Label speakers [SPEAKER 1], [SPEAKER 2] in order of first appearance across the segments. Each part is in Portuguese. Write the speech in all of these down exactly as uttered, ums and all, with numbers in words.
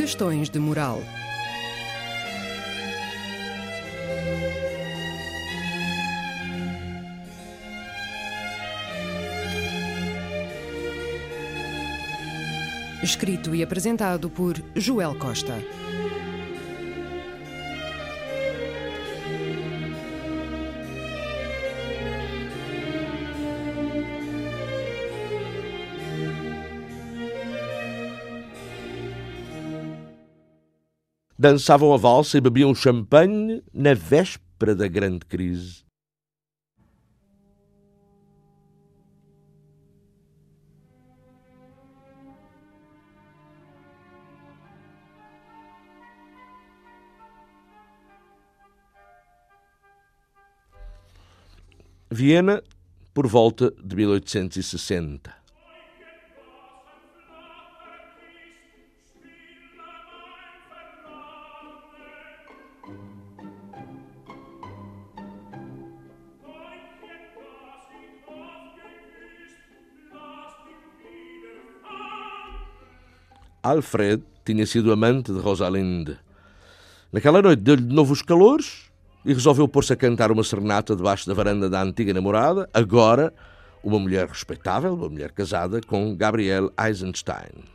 [SPEAKER 1] Questões de moral. Escrito e apresentado por Joel Costa.
[SPEAKER 2] Dançavam a valsa e bebiam champanhe na véspera da grande crise. Viena, por volta de mil oitocentos e sessenta. Alfred tinha sido amante de Rosalinde. Naquela noite deu-lhe de novo os calores e resolveu pôr-se a cantar uma serenata debaixo da varanda da antiga namorada, agora uma mulher respeitável, uma mulher casada com Gabriel Eisenstein.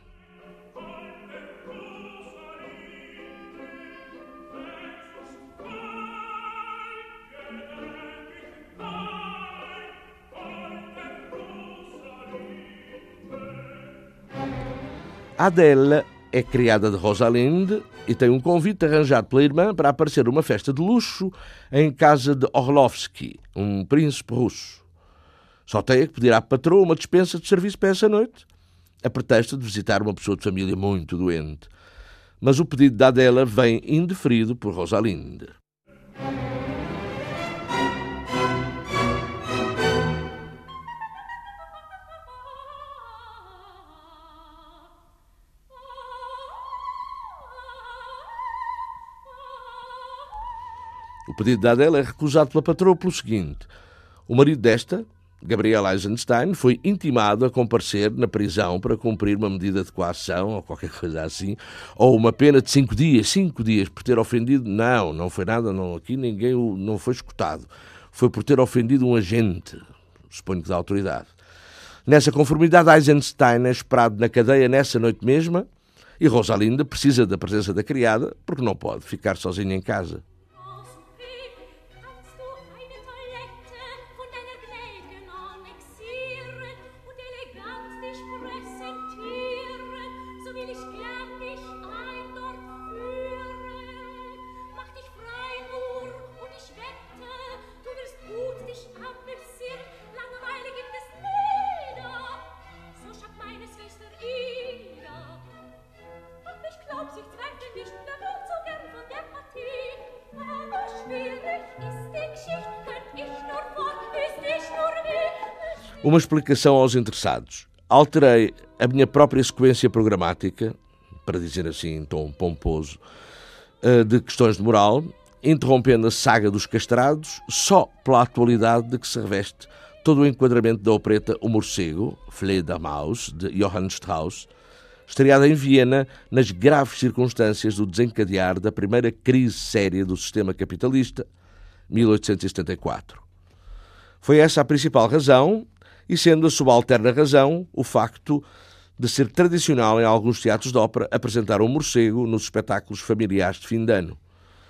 [SPEAKER 2] Adele é criada de Rosalinde e tem um convite arranjado pela irmã para aparecer numa festa de luxo em casa de Orlovsky, um príncipe russo. Só tem que pedir à patroa uma dispensa de serviço para essa noite, a pretexto de visitar uma pessoa de família muito doente. Mas o pedido da Adele vem indeferido por Rosalinde. O pedido da Adele é recusado pela patroa pelo seguinte: o marido desta, Gabriel Eisenstein, foi intimado a comparecer na prisão para cumprir uma medida de coação ou qualquer coisa assim, ou uma pena de cinco dias, cinco dias por ter ofendido. Não, não foi nada, não, aqui ninguém não foi escutado. Foi por ter ofendido um agente, suponho que da autoridade. Nessa conformidade, Eisenstein é esperado na cadeia nessa noite mesma e Rosalinde precisa da presença da criada porque não pode ficar sozinha em casa. Uma explicação aos interessados. Alterei a minha própria sequência programática, para dizer assim em tom pomposo, de questões de moral, interrompendo a saga dos castrados só pela atualidade de que se reveste todo o enquadramento da opereta O Morcego, Fledermaus, de Johann Strauss, estreada em Viena nas graves circunstâncias do desencadear da primeira crise séria do sistema capitalista, mil oitocentos e setenta e quatro. Foi essa a principal razão, e sendo a subalterna razão o facto de ser tradicional em alguns teatros de ópera apresentar um morcego nos espetáculos familiares de fim de ano.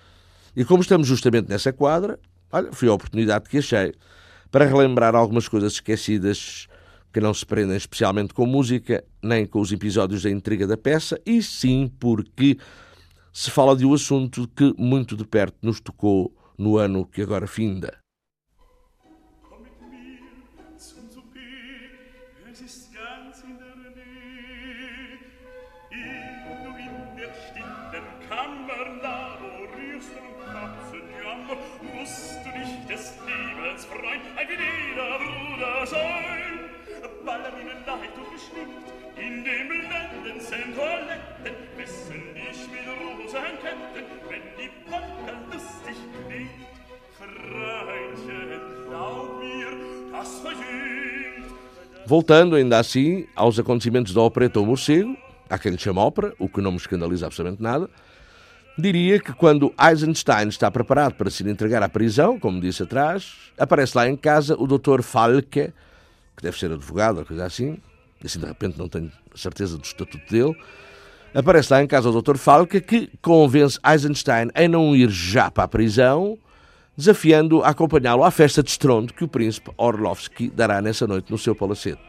[SPEAKER 2] E como estamos justamente nessa quadra, olha, foi a oportunidade que achei para relembrar algumas coisas esquecidas que não se prendem especialmente com música, nem com os episódios da intriga da peça, e sim porque se fala de um assunto que muito de perto nos tocou no ano que agora finda. Voltando, ainda assim, aos acontecimentos da opereta O Morcego, há quem lhe chama ópera, o que não me escandaliza absolutamente nada. Diria que quando Eisenstein está preparado para se entregar à prisão, como disse atrás, aparece lá em casa o doutor Falke, que deve ser advogado ou coisa assim, assim de repente não tenho certeza do estatuto dele. Aparece lá em casa o doutor Falke, que convence Eisenstein a não ir já para a prisão, desafiando a acompanhá-lo à festa de estrondo que o príncipe Orlovsky dará nessa noite no seu palacete.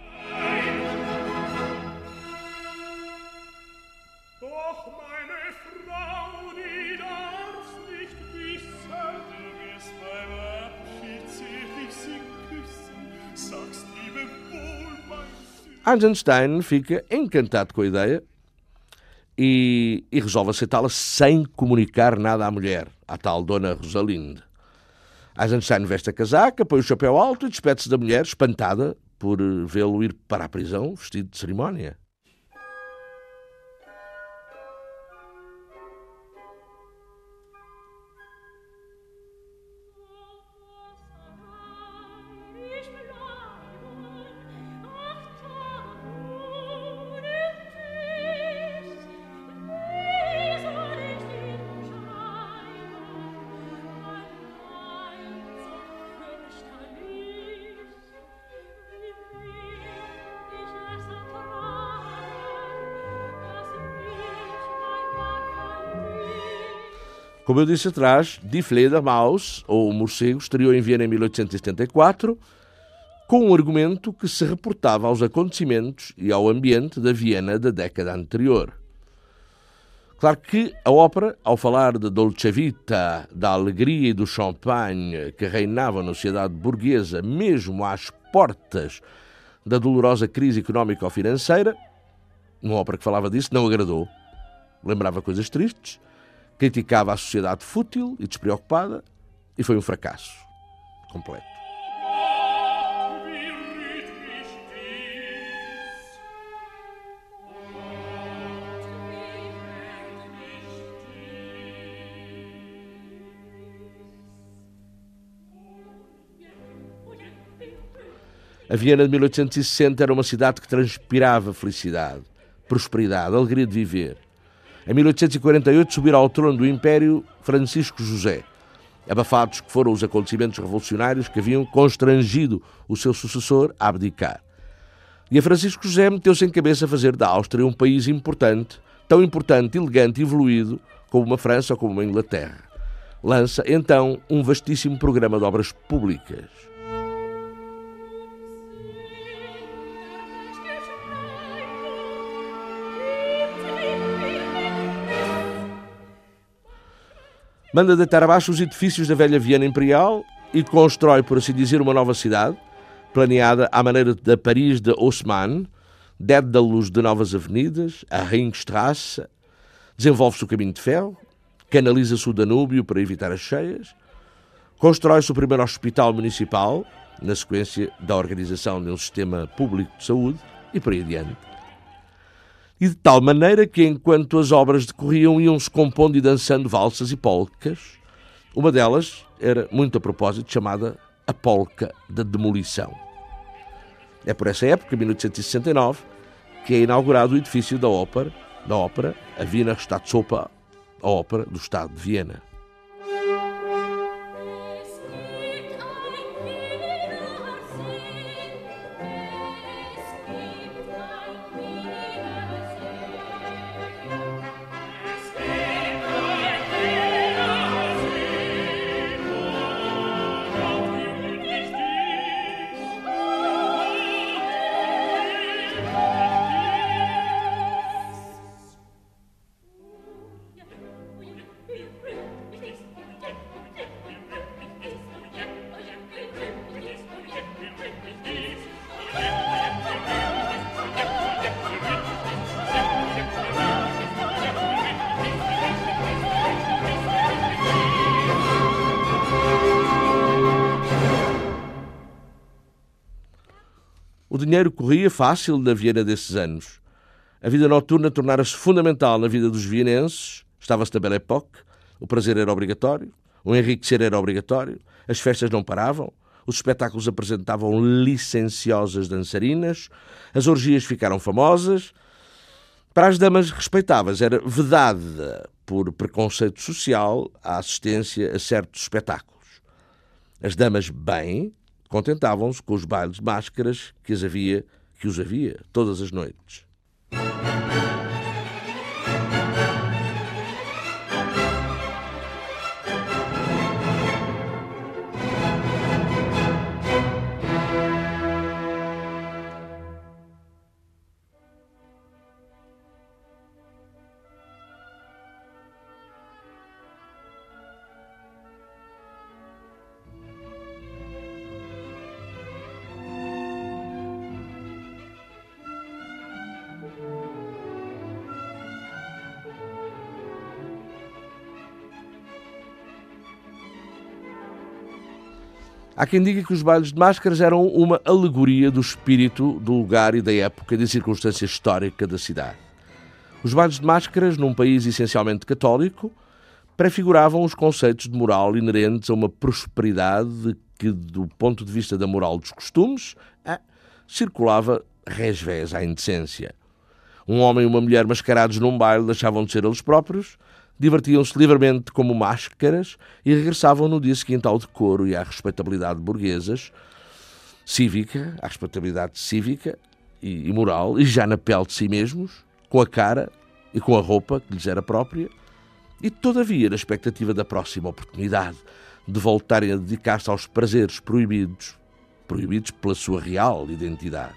[SPEAKER 2] Eisenstein fica encantado com a ideia e, e resolve aceitá-la sem comunicar nada à mulher, à tal dona Rosalinde. Eisenstein veste a casaca, põe o chapéu alto e despede-se da mulher, espantada por vê-lo ir para a prisão vestido de cerimónia. Como eu disse atrás, Die Fledermaus, ou O Morcego, estreou em Viena em mil oitocentos e setenta e quatro, com um argumento que se reportava aos acontecimentos e ao ambiente da Viena da década anterior. Claro que a ópera, ao falar da dolce vita, da alegria e do champanhe que reinavam na sociedade burguesa, mesmo às portas da dolorosa crise económico-financeira, uma ópera que falava disso, não agradou. Lembrava coisas tristes, criticava a sociedade fútil e despreocupada e foi um fracasso completo. A Viena de mil oitocentos e sessenta era uma cidade que transpirava felicidade, prosperidade, alegria de viver. Em mil oitocentos e quarenta e oito subirá ao trono do Império Francisco José, abafados que foram os acontecimentos revolucionários que haviam constrangido o seu sucessor a abdicar. E a Francisco José meteu-se em cabeça a fazer da Áustria um país importante, tão importante, elegante e evoluído como uma França ou como uma Inglaterra. Lança, então, um vastíssimo programa de obras públicas. Manda deitar abaixo os edifícios da velha Viena Imperial e constrói, por assim dizer, uma nova cidade, planeada à maneira da Paris de Haussmann, dédalos de novas avenidas, a Ringstrasse, desenvolve-se o caminho de ferro, canaliza-se o Danúbio para evitar as cheias, constrói-se o primeiro hospital municipal, na sequência da organização de um sistema público de saúde, e por aí adiante. E de tal maneira que, enquanto as obras decorriam, iam-se compondo e dançando valsas e polcas. Uma delas era, muito a propósito, chamada a Polca da Demolição. É por essa época, mil oitocentos e sessenta e nove, que é inaugurado o edifício da ópera, da ópera, a Wiener Staatsoper, a ópera do Estado de Viena. O dinheiro corria fácil na Viena desses anos. A vida noturna tornara-se fundamental na vida dos vienenses, estava-se na Belle Époque, o prazer era obrigatório, o enriquecer era obrigatório, as festas não paravam, os espetáculos apresentavam licenciosas dançarinas, as orgias ficaram famosas Para as damas respeitáveis era vedada, por preconceito social, a assistência a certos espetáculos. As damas bem contentavam-se com os bailes de máscaras que, as havia, que os havia todas as noites. Há quem diga que os bailes de máscaras eram uma alegoria do espírito, do lugar e da época e da circunstância histórica da cidade. Os bailes de máscaras, num país essencialmente católico, prefiguravam os conceitos de moral inerentes a uma prosperidade que, do ponto de vista da moral dos costumes, ah, circulava resvés à indecência. Um homem e uma mulher mascarados num baile deixavam de ser eles próprios, divertiam-se livremente como máscaras e regressavam no dia seguinte ao decoro e à respeitabilidade burguesas, cívica, à respeitabilidade cívica e, e moral, e já na pele de si mesmos, com a cara e com a roupa que lhes era própria, e todavia na expectativa da próxima oportunidade de voltarem a dedicar-se aos prazeres proibidos, proibidos pela sua real identidade.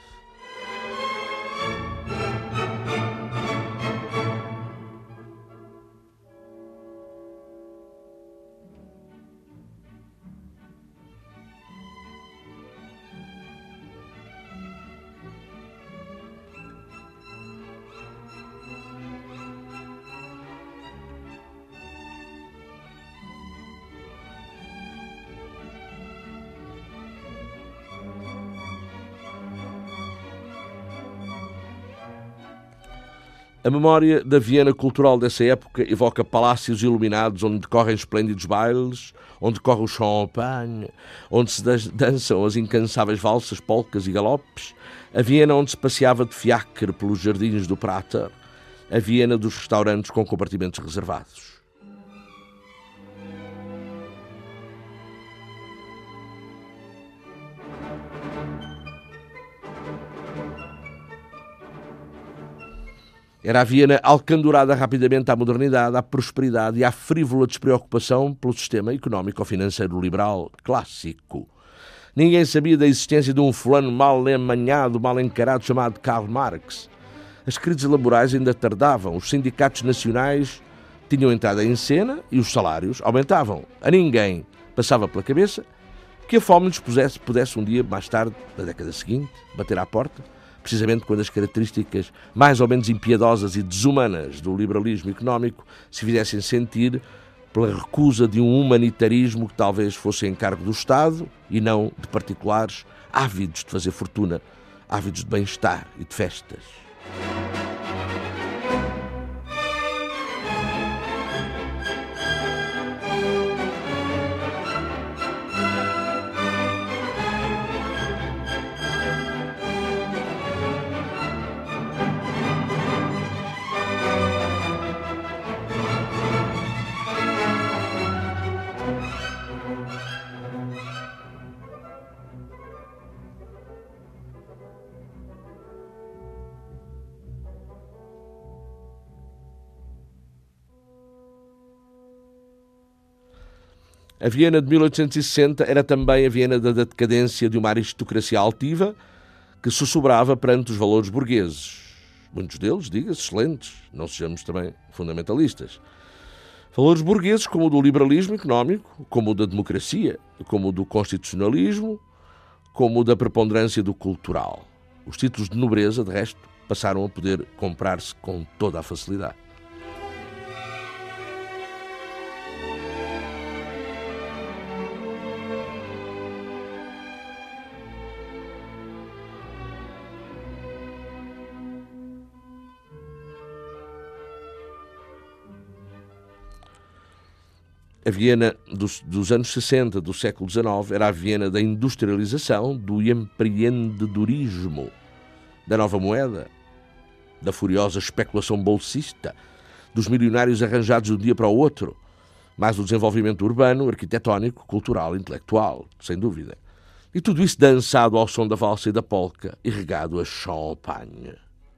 [SPEAKER 2] A memória da Viena cultural dessa época evoca palácios iluminados onde decorrem esplêndidos bailes, onde corre o champanhe, onde se dançam as incansáveis valsas, polcas e galopes, a Viena onde se passeava de fiacre pelos jardins do Prater, a Viena dos restaurantes com compartimentos reservados. Era a Viena alcandurada rapidamente à modernidade, à prosperidade e à frívola despreocupação pelo sistema económico-financeiro liberal clássico. Ninguém sabia da existência de um fulano mal amanhado, mal encarado, chamado Karl Marx. As crises laborais ainda tardavam, os sindicatos nacionais tinham entrado em cena e os salários aumentavam. A ninguém passava pela cabeça que a fome lhes pudesse, pudesse um dia mais tarde, na década seguinte, bater à porta, precisamente quando as características mais ou menos impiedosas e desumanas do liberalismo económico se fizessem sentir pela recusa de um humanitarismo que talvez fosse encargo do Estado e não de particulares ávidos de fazer fortuna, ávidos de bem-estar e de festas. A Viena de mil oitocentos e sessenta era também a Viena da decadência de uma aristocracia altiva que sussurrava perante os valores burgueses. Muitos deles, diga-se, excelentes, não sejamos também fundamentalistas. Valores burgueses como o do liberalismo económico, como o da democracia, como o do constitucionalismo, como o da preponderância do cultural. Os títulos de nobreza, de resto, passaram a poder comprar-se com toda a facilidade. A Viena dos, dos anos sessenta, do século dezenove, era a Viena da industrialização, do empreendedorismo, da nova moeda, da furiosa especulação bolsista, dos milionários arranjados de um dia para o outro, mas do desenvolvimento urbano, arquitetónico, cultural, intelectual, sem dúvida. E tudo isso dançado ao som da valsa e da polca e regado a champanhe.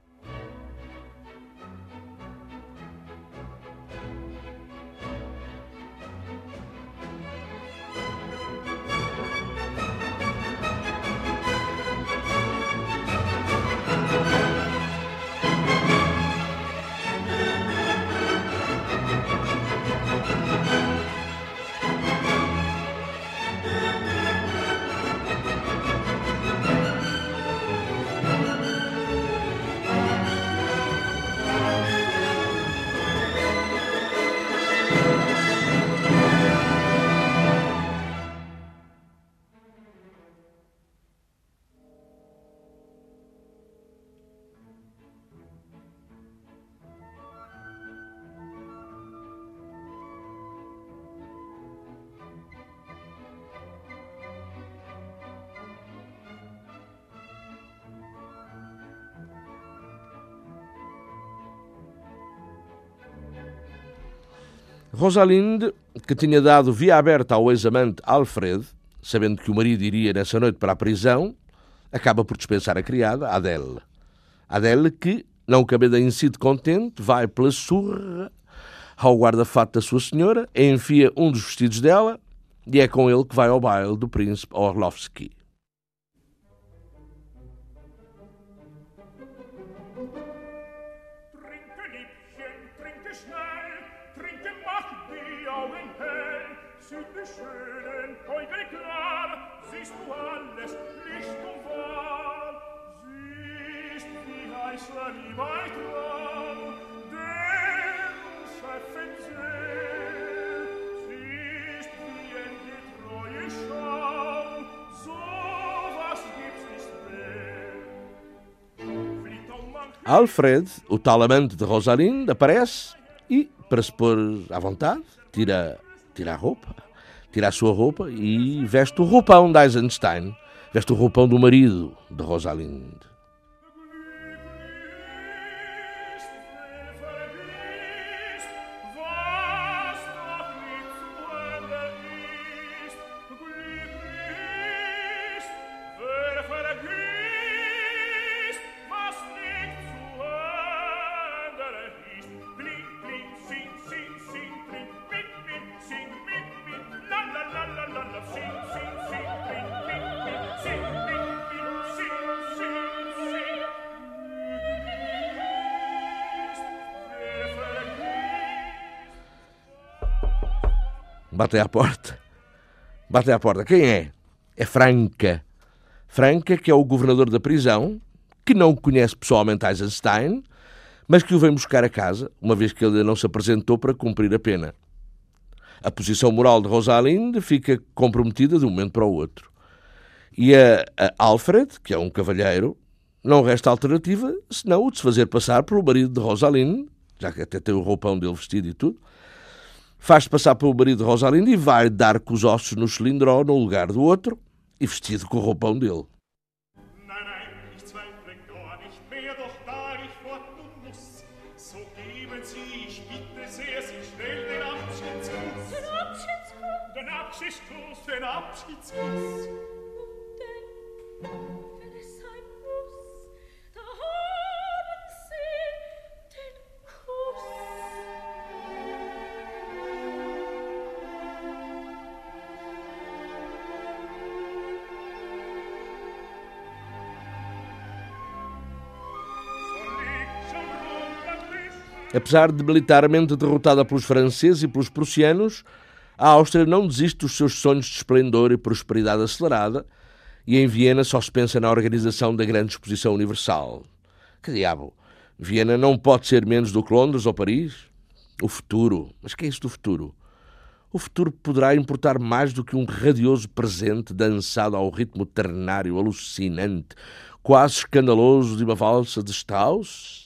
[SPEAKER 2] Rosalinde, que tinha dado via aberta ao ex-amante Alfred, sabendo que o marido iria nessa noite para a prisão, acaba por dispensar a criada, Adele. Adele que, não cabendo em si de contente, vai pela surra ao guarda-fato da sua senhora, enfia um dos vestidos dela e é com ele que vai ao baile do príncipe Orlovsky. Alfred, o tal amante de Rosalinde, aparece e, para se pôr à vontade, tira, tira a roupa, tira a sua roupa e veste o roupão de Eisenstein, veste o roupão do marido de Rosalinde. Batem à porta. Batem à porta. Quem é? É Franca. Franca, que é o governador da prisão, que não conhece pessoalmente Eisenstein, mas que o vem buscar a casa, uma vez que ele não se apresentou para cumprir a pena. A posição moral de Rosalinde fica comprometida de um momento para o outro. E a, a Alfred, que é um cavalheiro, não resta alternativa senão o de se fazer passar pelo marido de Rosalinde, já que até tem o roupão dele vestido e tudo, faz-se passar pelo marido de Rosalinde e vai dar com os ossos no cilindró no lugar do outro e vestido com o roupão dele. Apesar de militarmente derrotada pelos franceses e pelos prussianos, a Áustria não desiste dos seus sonhos de esplendor e prosperidade acelerada e em Viena só se pensa na organização da grande exposição universal. Que diabo? Viena não pode ser menos do que Londres ou Paris? O futuro. Mas que é isso do futuro? O futuro poderá importar mais do que um radioso presente dançado ao ritmo ternário, alucinante, quase escandaloso de uma valsa de Strauss?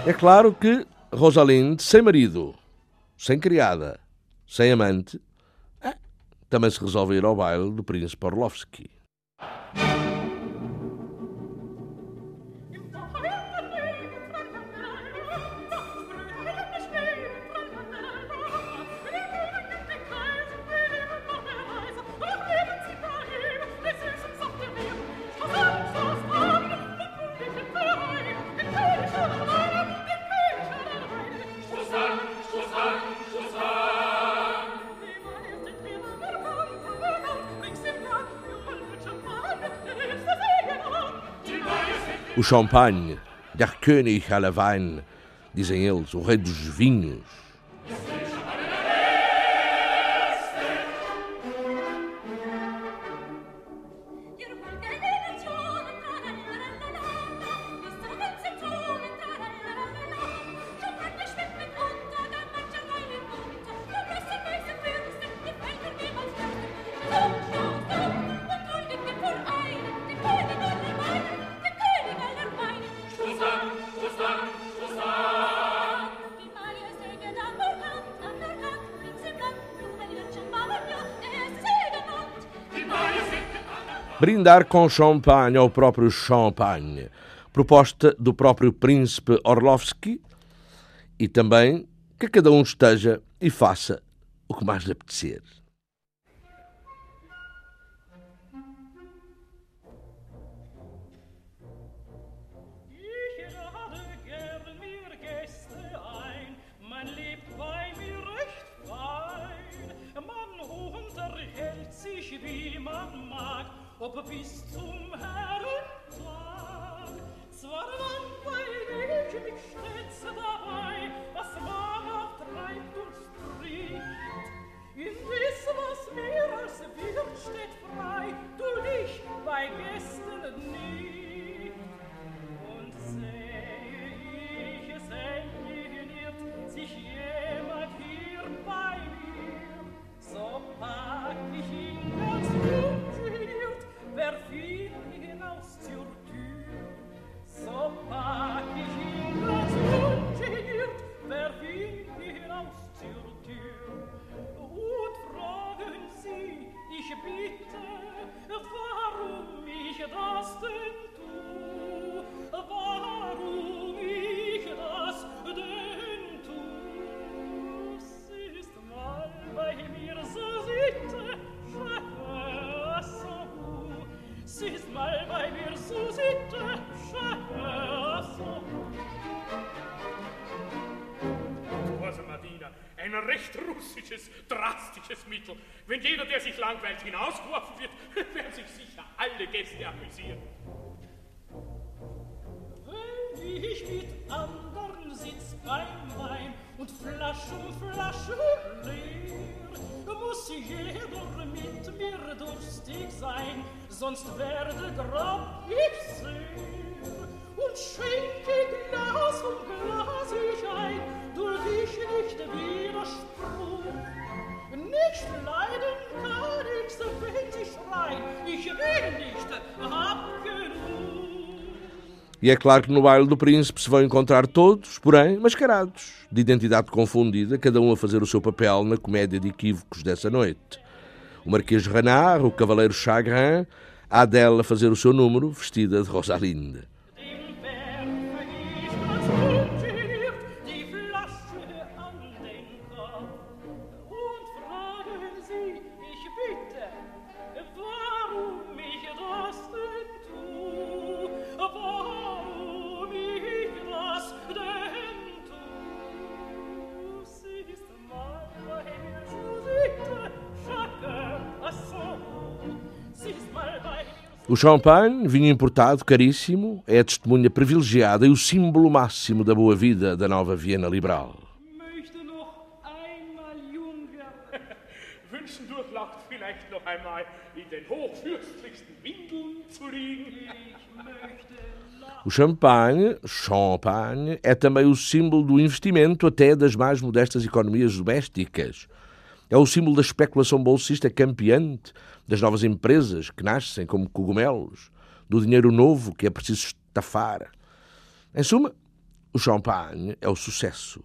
[SPEAKER 2] É claro que Rosalinde, sem marido, sem criada, sem amante, é, também se resolve ir ao baile do príncipe Orlovsky. O champanhe, der König aller Wein, dizem eles, o rei dos vinhos. Brindar com champanhe ao próprio champanhe, proposta do próprio príncipe Orlovsky, e também que cada um esteja e faça o que mais lhe apetecer.
[SPEAKER 3] Ob bis zum Herrentag, zwar langweilig ich mich stets dabei, was man auch treibt und stritt. In dies, was mir als Wirt steht frei, tu dich bei Gästen nicht. Und sehe ich, sehe nicht, sich jemand hier bei mir, so pack ich ihn ganz ungeniert, werf ihn hinaus zur Tür. So pack ich ihn ganz ungeniert, werf ihn hinaus zur Tür. Und fragen Sie, ich bitte, warum ich das denn tu? Warum ich das denn tu? Sie ist mal bei mir so Sitte, sie ist mal bei mir so Sitte, so. Also Martina, ein recht russisches, drastisches Mittel. Wenn jeder, der sich langweilt, hinausgeworfen wird, werden sich sicher alle Gäste amüsieren. Wenn ich mit anderen sitz beim Wein und Flasche um Flasche leer, muss jeder mit mir durstig sein, sonst werde grab ich sehr. Und schenke Glas um Glas ich ein, durch dich nicht Widerspruch. Nicht leiden kann ich's, wenn sie schreien, ich will nicht, hab genug.
[SPEAKER 2] E é claro que no baile do príncipe se vão encontrar todos, porém mascarados, de identidade confundida, cada um a fazer o seu papel na comédia de equívocos dessa noite. O Marquês Renard, o Cavaleiro Chagrin, a Adele a fazer o seu número, vestida de Rosalinde. O champanhe, vinho importado, caríssimo, é a testemunha privilegiada e o símbolo máximo da boa vida da nova Viena liberal.
[SPEAKER 3] Möchte noch einmal jung werden. Wünschen durchlaucht vielleicht noch einmal in den hochfürstlichsten Windeln zu liegen. Ich möchte
[SPEAKER 2] O champanhe, champagne, é também o símbolo do investimento até das mais modestas economias domésticas. É o símbolo da especulação bolsista campeante, das novas empresas que nascem como cogumelos, do dinheiro novo que é preciso estafar. Em suma, O champanhe é o sucesso.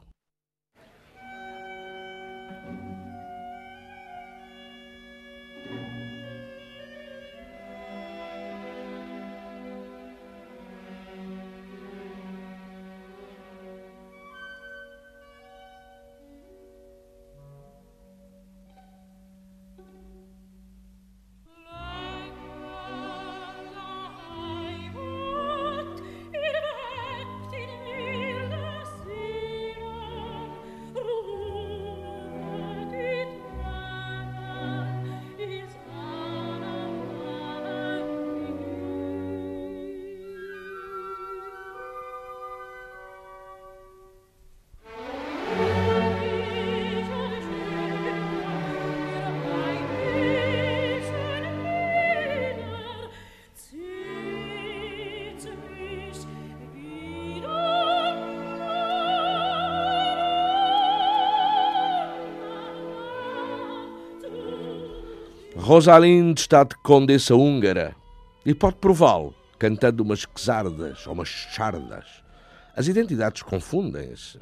[SPEAKER 2] Rosalind está de condessa húngara e pode prová-lo cantando umas quezardas ou umas chardas. As identidades confundem-se.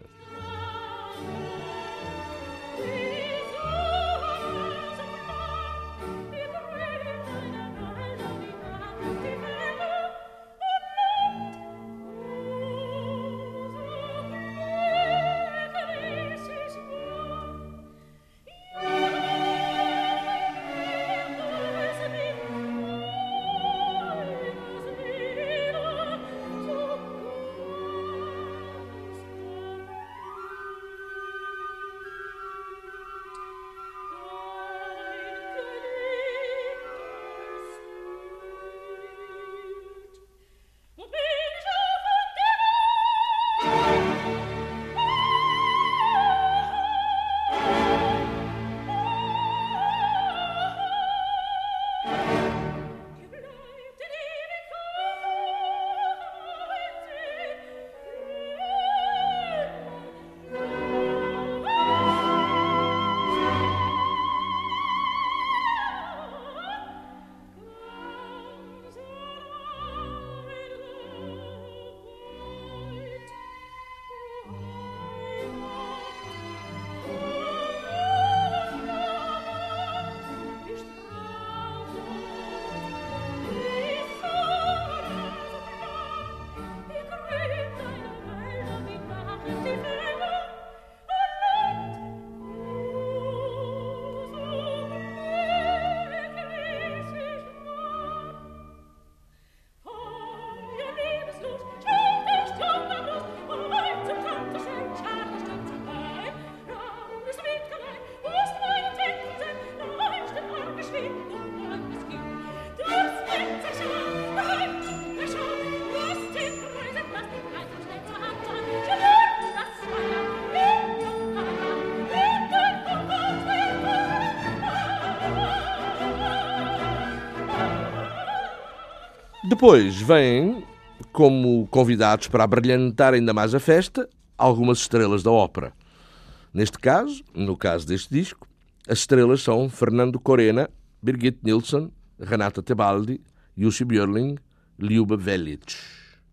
[SPEAKER 2] Depois vêm, como convidados para abrilhantar ainda mais a festa, algumas estrelas da ópera. Neste caso, no caso deste disco, as estrelas são Fernando Corena, Birgit Nilsson, Renata Tebaldi, Jussi Björling, Lyuba Velic.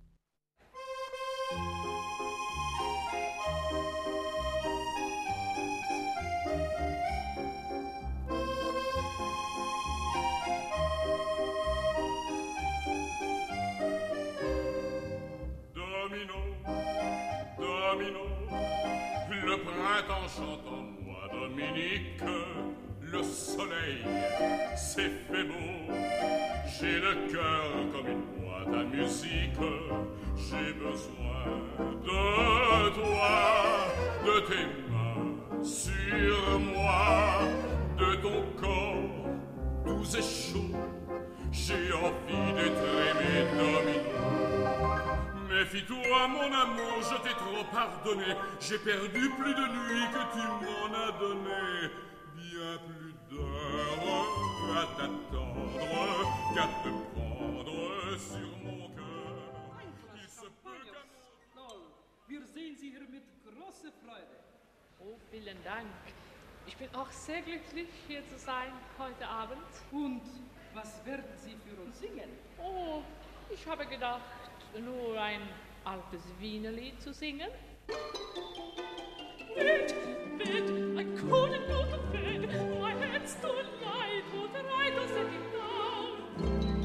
[SPEAKER 4] Chante en moi, Dominique, le soleil s'est fait beau. J'ai le cœur comme une boîte à musique. J'ai besoin de toi, de tes mains sur moi, de ton corps doux et chaud. J'ai envie d'être aimé, Domino. Méfie-toi, mon amour, je t'ai trop pardonné. J'ai perdu plus de nuits que tu m'en as donné. Bien plus d'heures à t'attendre qu'à te prendre sur mon cœur. Il se peut qu'à...
[SPEAKER 3] Wir sehen Sie hier mit großer Freude.
[SPEAKER 5] Oh, vielen Dank. Ich bin auch sehr glücklich, hier zu sein heute Abend.
[SPEAKER 3] Und was werden Sie für uns singen?
[SPEAKER 5] Oh, ich habe gedacht, nur ein altes Wienerlied zu singen? Bed, bed, I couldn't go to bed. My head's too light, would I to set it down?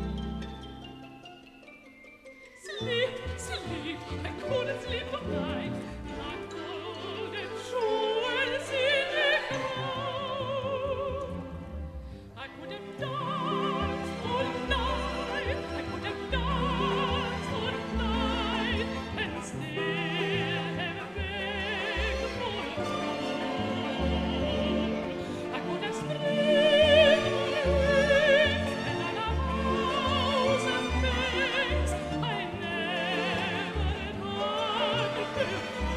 [SPEAKER 5] Sleep, sleep, I couldn't sleep all night. My golden jewels in the crown. I could have danced all night. I could have danced all night and still have begged for more. I could have spread my wings and done a thousand things I never done before.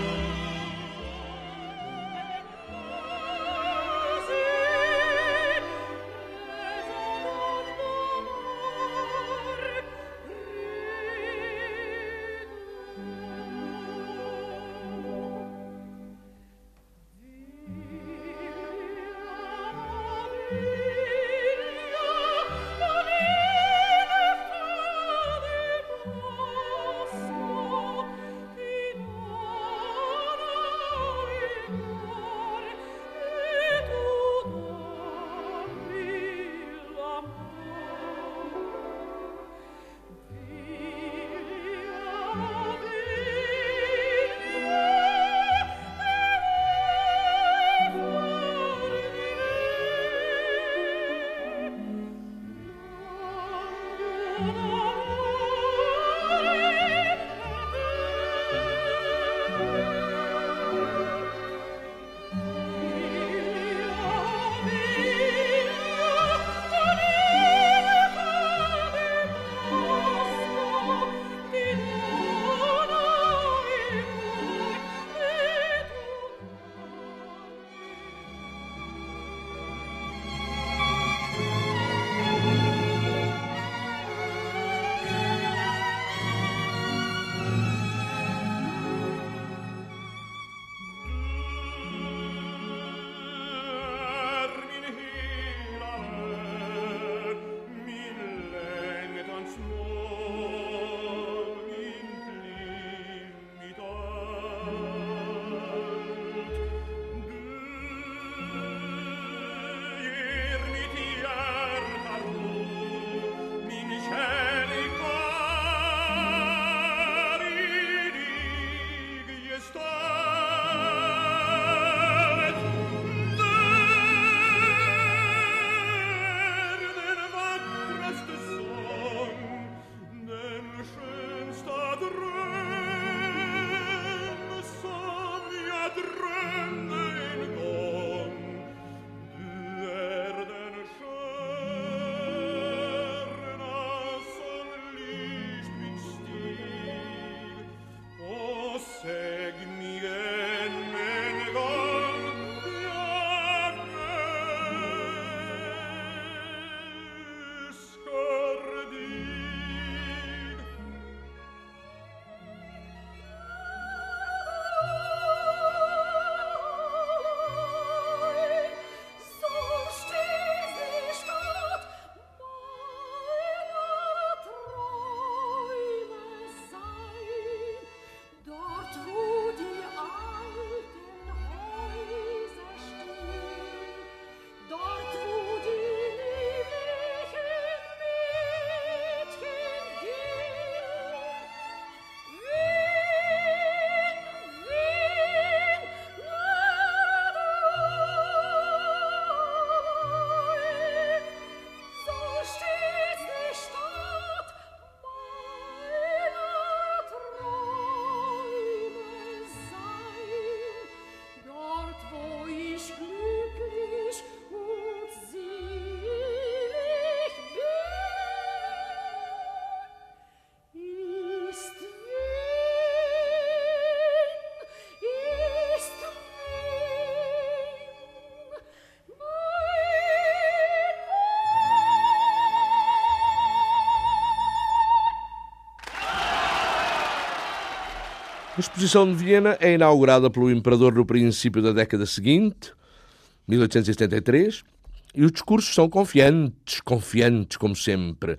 [SPEAKER 2] A exposição de Viena é inaugurada pelo imperador no princípio da década seguinte, mil oitocentos e setenta e três, e os discursos são confiantes, confiantes como sempre.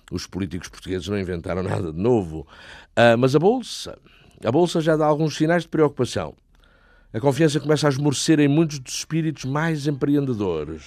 [SPEAKER 2] Os políticos portugueses não inventaram nada de novo. Uh, mas a Bolsa, a Bolsa já dá alguns sinais de preocupação. A confiança começa a esmorecer em muitos dos espíritos mais empreendedores.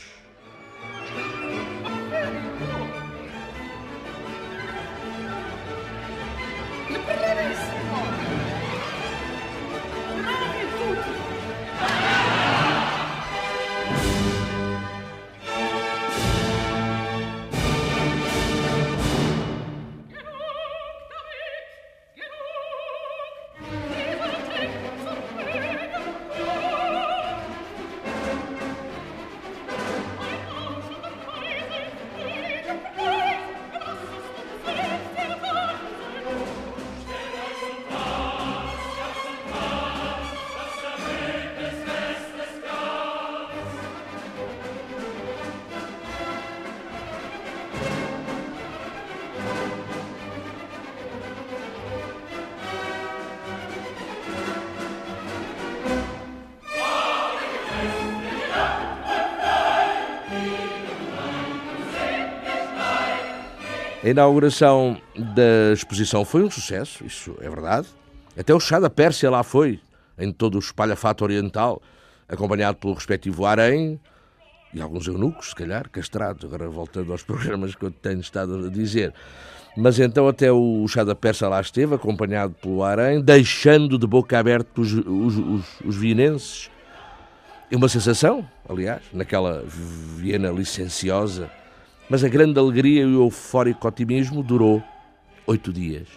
[SPEAKER 2] A inauguração da exposição foi um sucesso, isso é verdade. Até o chá da Pérsia lá foi, em todo o espalhafato oriental, acompanhado pelo respectivo harém e alguns eunucos, se calhar, castrados, agora voltando aos programas que eu tenho estado a dizer. Mas então até o chá da Pérsia lá esteve, acompanhado pelo harém, deixando de boca aberta os, os, os, os vienenses. É uma sensação, aliás, naquela Viena licenciosa. Mas a grande alegria e o eufórico otimismo durou oito dias.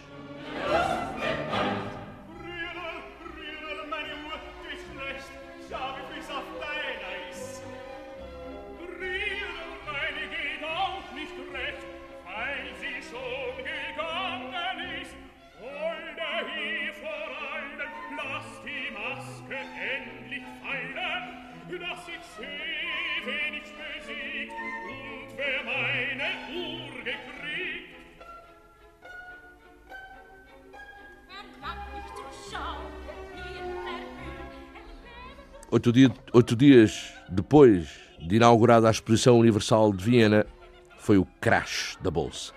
[SPEAKER 2] Oito, dia, oito dias depois de inaugurada a Exposição Universal de Viena, foi o crash da Bolsa.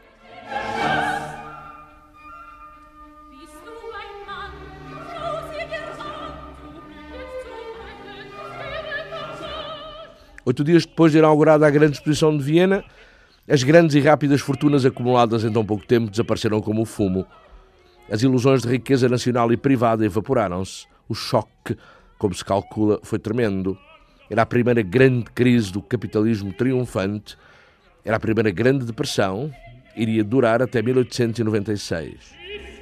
[SPEAKER 2] Oito dias depois de inaugurada a grande Exposição de Viena, as grandes e rápidas fortunas acumuladas em tão pouco tempo desapareceram como o fumo. As ilusões de riqueza nacional e privada evaporaram-se. O choque, como se calcula, foi tremendo. Era a primeira grande crise do capitalismo triunfante. Era a primeira grande depressão. Iria durar até mil oitocentos e noventa e seis.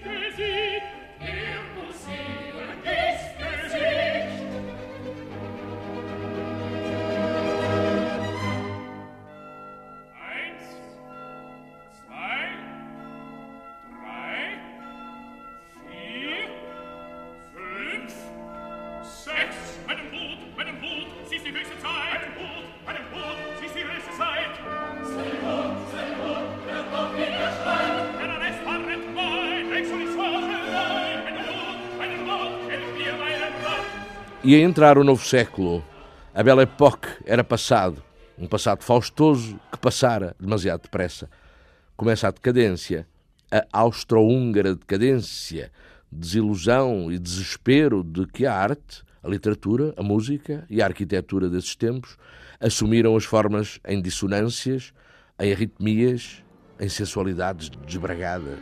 [SPEAKER 2] Ia entrar o novo século. A Belle Époque era passado. Um passado faustoso que passara demasiado depressa. Começa a decadência. A austro-húngara decadência. Desilusão e desespero de que a arte, a literatura, a música e a arquitetura desses tempos assumiram as formas em dissonâncias, em arritmias, em sensualidades desbragadas.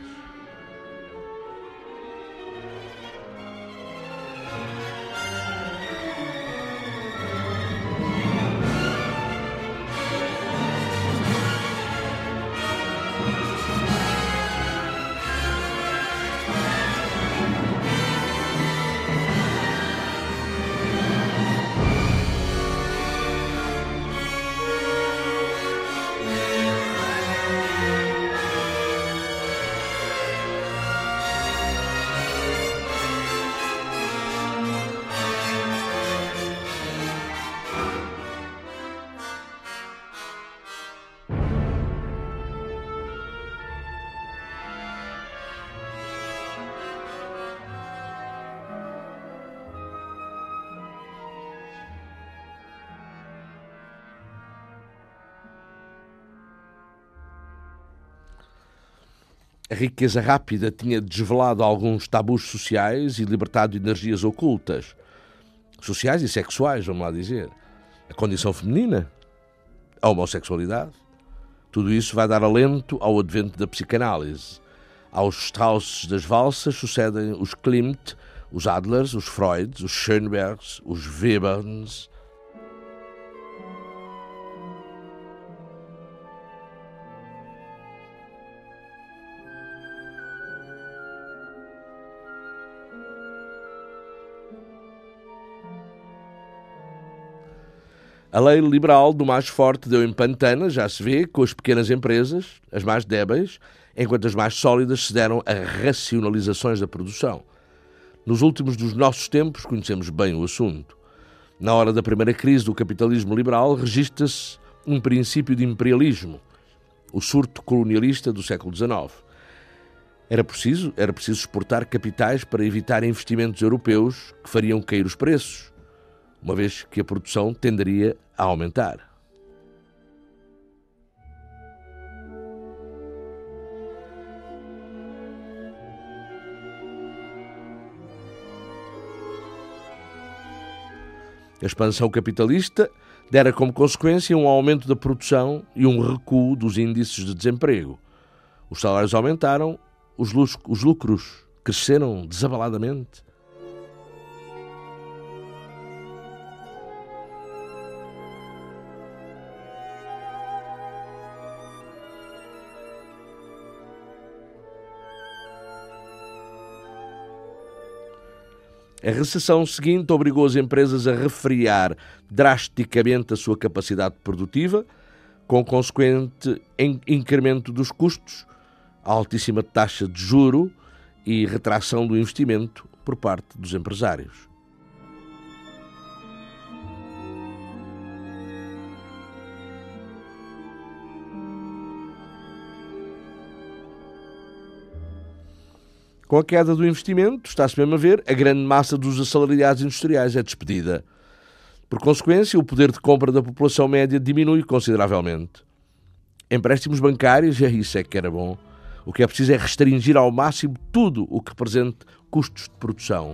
[SPEAKER 2] A riqueza rápida tinha desvelado alguns tabus sociais e libertado energias ocultas. Sociais e sexuais, vamos lá dizer. A condição feminina, a homossexualidade. Tudo isso vai dar alento ao advento da psicanálise. Aos Strausses das valsas sucedem os Klimt, os Adlers, os Freuds, os Schönbergs, os Webers. A lei liberal do mais forte deu em pantana, já se vê, com as pequenas empresas, as mais débeis, enquanto as mais sólidas se deram a racionalizações da produção. Nos últimos dos nossos tempos conhecemos bem o assunto. Na hora da primeira crise do capitalismo liberal registra-se um princípio de imperialismo, o surto colonialista do século dezenove. Era preciso, era preciso exportar capitais para evitar investimentos europeus que fariam cair os preços, uma vez que a produção tenderia a aumentar. A expansão capitalista dera como consequência um aumento da produção e um recuo dos índices de desemprego. Os salários aumentaram, os lucros cresceram desabaladamente. A recessão seguinte obrigou as empresas a refriar drasticamente a sua capacidade produtiva, com consequente incremento dos custos, altíssima taxa de juro e retração do investimento por parte dos empresários. Com a queda do investimento, está-se mesmo a ver, a grande massa dos assalariados industriais é despedida. Por consequência, o poder de compra da população média diminui consideravelmente. Empréstimos bancários, é isso é que era bom. O que é preciso é restringir ao máximo tudo o que represente custos de produção.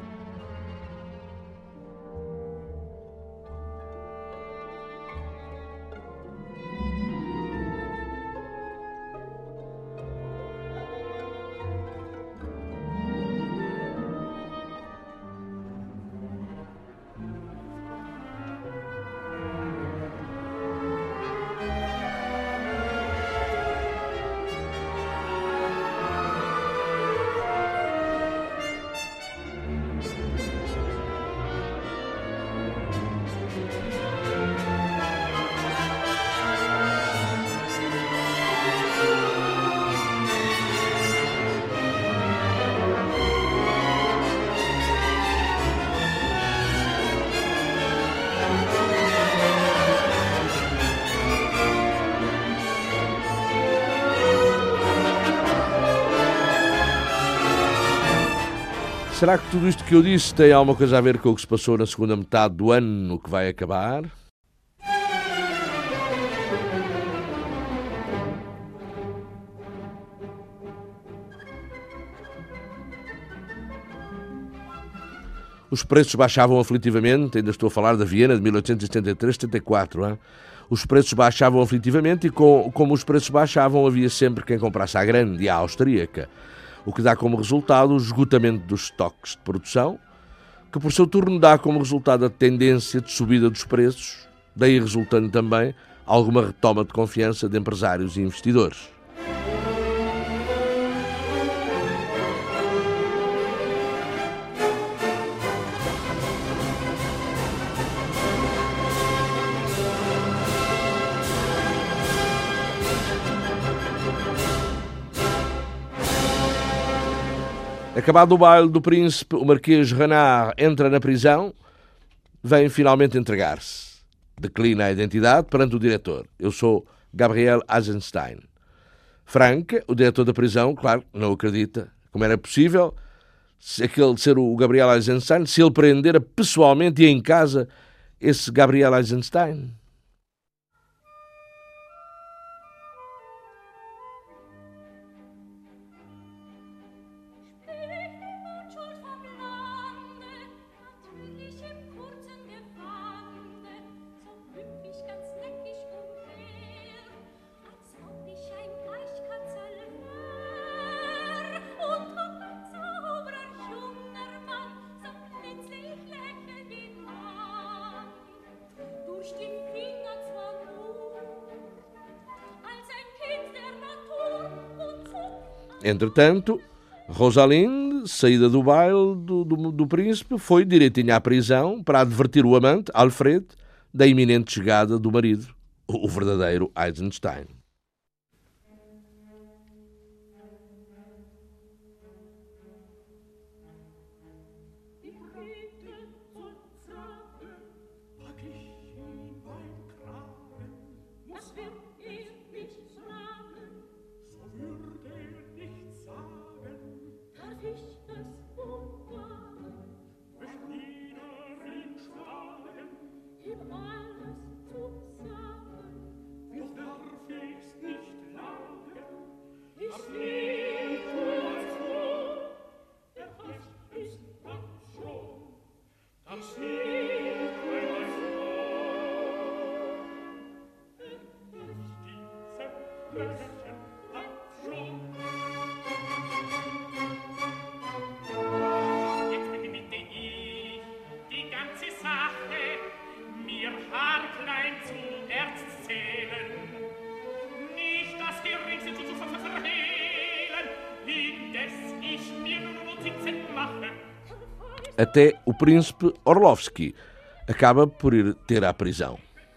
[SPEAKER 2] Será que tudo isto que eu disse tem alguma coisa a ver com o que se passou na segunda metade do ano que vai acabar? Os preços baixavam aflitivamente, ainda estou a falar da Viena de mil oitocentos e setenta e três, setenta e quatro. Hein? Os preços baixavam aflitivamente e com, como os preços baixavam havia sempre quem comprasse à grande e à austríaca, o que dá como resultado o esgotamento dos estoques de produção, que por seu turno dá como resultado a tendência de subida dos preços, daí resultando também alguma retoma de confiança de empresários e investidores. Acabado o baile do príncipe, o marquês Renard entra na prisão, vem finalmente entregar-se. Declina a identidade perante o diretor. Eu sou Gabriel Eisenstein. Franca, o diretor da prisão, claro, não acredita. Como era possível se aquele ser o Gabriel Eisenstein, se ele prendera pessoalmente e em casa esse Gabriel Eisenstein? Entretanto, Rosalinde, saída do baile do, do, do príncipe, foi direitinha à prisão para advertir o amante, Alfred, da iminente chegada do marido, o verdadeiro Eisenstein. Até o príncipe Orlovsky acaba por ir ter à prisão.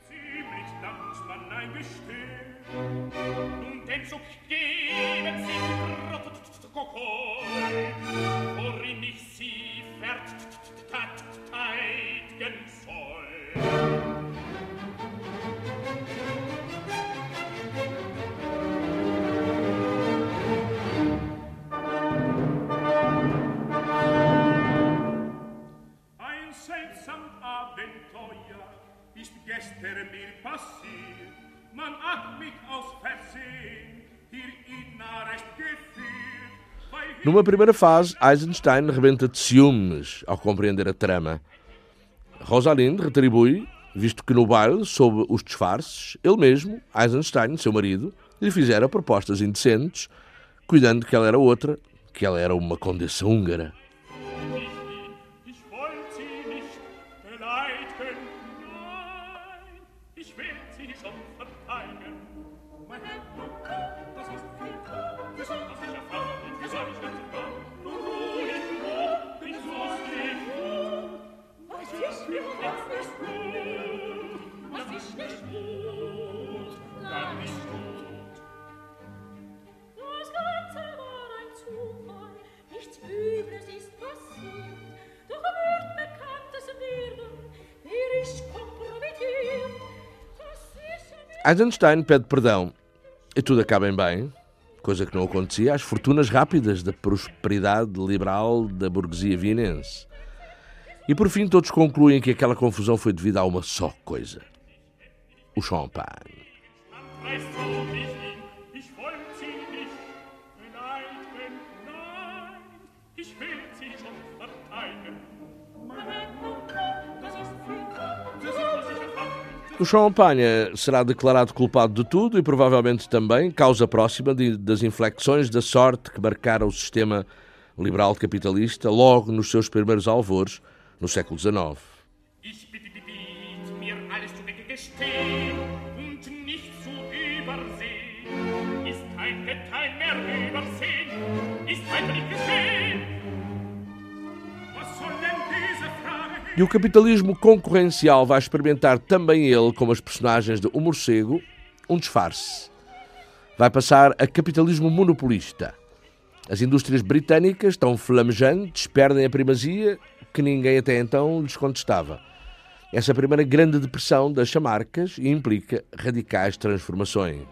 [SPEAKER 2] Numa primeira fase, Eisenstein rebenta de ciúmes ao compreender a trama. Rosalinde retribui, visto que no baile, sob os disfarces, ele mesmo, Eisenstein, seu marido, lhe fizera propostas indecentes, cuidando que ela era outra, que ela era uma condessa húngara. Eisenstein pede perdão e tudo acaba em bem, coisa que não acontecia às fortunas rápidas da prosperidade liberal da burguesia vienense. E por fim todos concluem que aquela confusão foi devida a uma só coisa: o champanhe. O Champagne será declarado culpado de tudo e provavelmente também causa próxima de, das inflexões da sorte que marcaram o sistema liberal capitalista logo nos seus primeiros alvores, no século dezenove. E o capitalismo concorrencial vai experimentar também ele, como as personagens de O Morcego, um disfarce. Vai passar a capitalismo monopolista. As indústrias britânicas, tão flamejantes, perdem a primazia que ninguém até então lhes contestava. Essa é a primeira grande depressão das chamarcas e implica radicais transformações.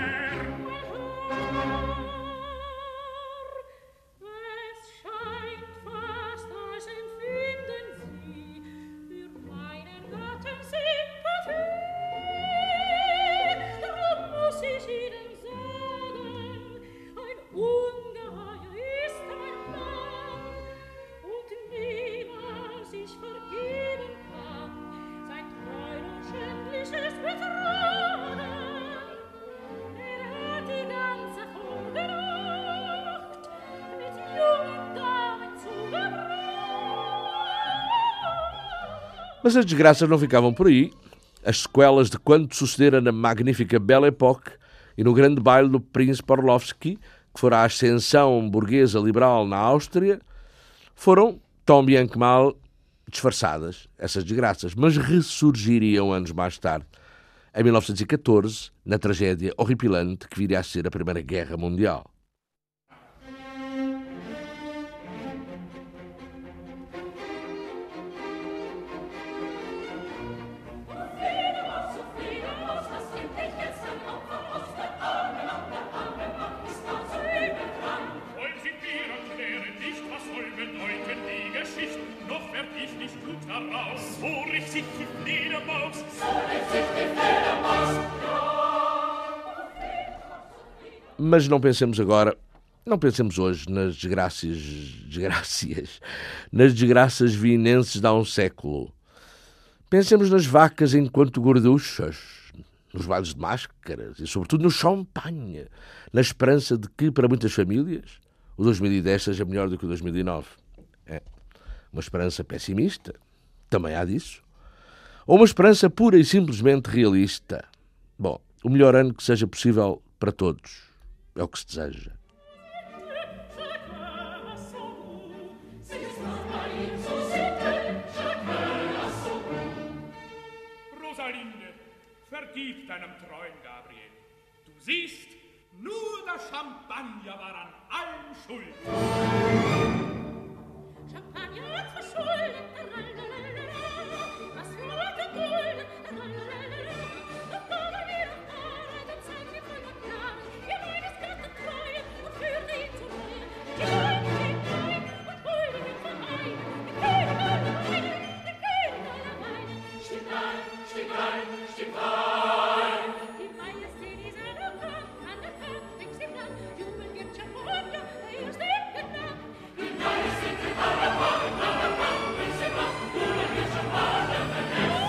[SPEAKER 2] Mas as desgraças não ficavam por aí. As sequelas de quanto sucedera na magnífica Belle Époque e no grande baile do príncipe Orlovsky que fora a ascensão burguesa liberal na Áustria, foram, tão bem que mal, disfarçadas, essas desgraças, mas ressurgiriam anos mais tarde, em mil novecentos e catorze, na tragédia horripilante que viria a ser a Primeira Guerra Mundial. Mas não pensemos agora, não pensemos hoje nas desgraças, desgracias, nas desgraças vienenses de há um século. Pensemos nas vacas enquanto gorduchas, nos bailes de máscaras e, sobretudo, no champanhe, na esperança de que, para muitas famílias, o dois mil e dez seja melhor do que o dois mil e nove. É uma esperança pessimista, também há disso. Ou uma esperança pura e simplesmente realista. Bom, o melhor ano que seja possível para todos. É o que se deseja.
[SPEAKER 4] Rosalinde, vergib deinem treuen Gabriel. Du siehst, nur der Champagner war an allem schuld.
[SPEAKER 5] Champagner hat verschuldet, was wollte Gulden, doch kommen wir doch nahe, dann seid ihr voll und klar, ihr wollt es Gott treuen und führt ihn zu mir. Die Leute stehen ein und Gulden ihn vereinen, den König alleine, den König alleine. Stimmt ein, stimmt ein, stimmt ein. Die Majestät dieser Lokal, an der Tag, fängt sie an, jubeln wird Champagner, er ist der genannt. Die Majestät dieser Lokal, an der Tag, fängt sie an, jubeln wird Champagner, er ist der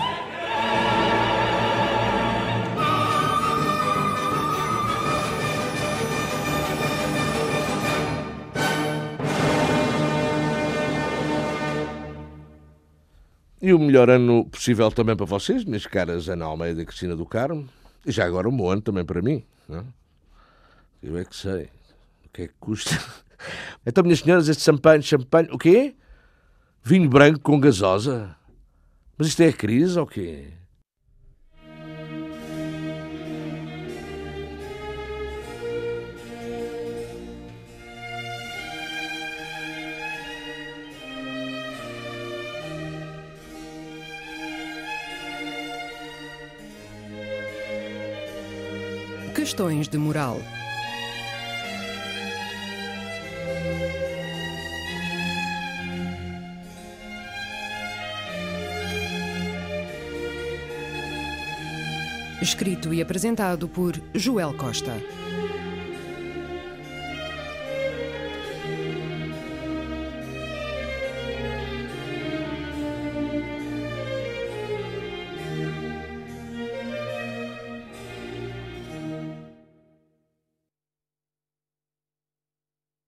[SPEAKER 2] E o melhor ano possível também para vocês, minhas caras Ana Almeida e Cristina do Carmo. E já agora um bom ano também para mim. Não? Eu é que sei. O que é que custa? Então, minhas senhoras, este champanhe, champanhe... O quê? Vinho branco com gasosa? Mas isto é a crise ou quê?
[SPEAKER 1] Questões de moral. Escrito e apresentado por Joel Costa.